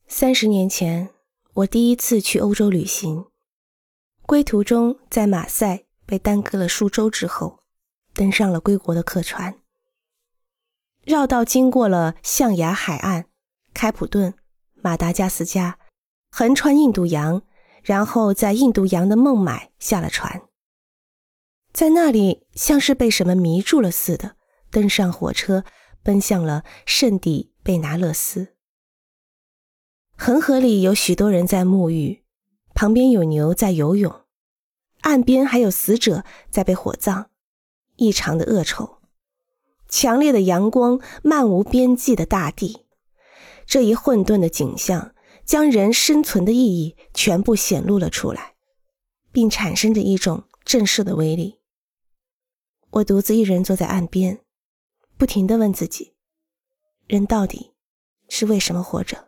30年前，我第一次去欧洲旅行，归途中在马赛被耽搁了数周之后，登上了归国的客船，绕道经过了象牙海岸、开普敦、马达加斯加，横穿印度洋，然后在印度洋的孟买下了船，在那里像是被什么迷住了似的，登上火车，奔向了圣地贝拿勒斯。恒河里有许多人在沐浴，旁边有牛在游泳，岸边还有死者在被火葬，异常的恶臭。强烈的阳光，漫无边际的大地，这一混沌的景象将人生存的意义全部显露了出来，并产生着一种震慑的威力。我独自一人坐在岸边，不停地问自己，人到底是为什么活着？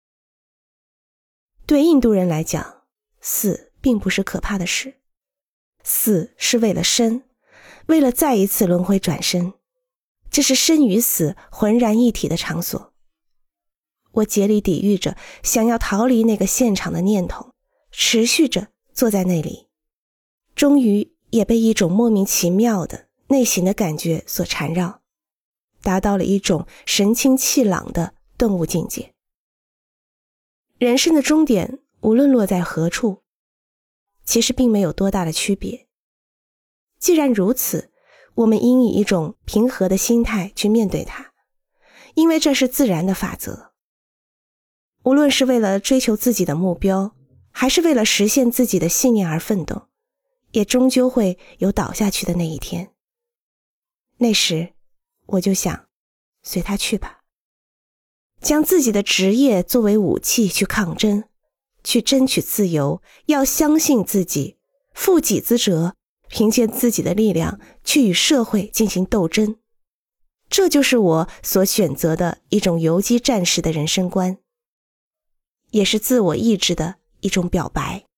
对印度人来讲，死并不是可怕的事，死是为了生，为了再一次轮回转生，这是生与死浑然一体的场所。我竭力抵御着想要逃离那个现场的念头，持续着坐在那里，终于也被一种莫名其妙的内心的感觉所缠绕，达到了一种神清气朗的顿悟境界。人生的终点无论落在何处，其实并没有多大的区别。既然如此，我们应以一种平和的心态去面对它，因为这是自然的法则。无论是为了追求自己的目标，还是为了实现自己的信念而奋斗，也终究会有倒下去的那一天。那时我就想，随他去吧，将自己的职业作为武器去抗争，去争取自由，要相信自己，负己之责，凭借自己的力量去与社会进行斗争。这就是我所选择的一种游击战士的人生观，也是自我意志的一种表白。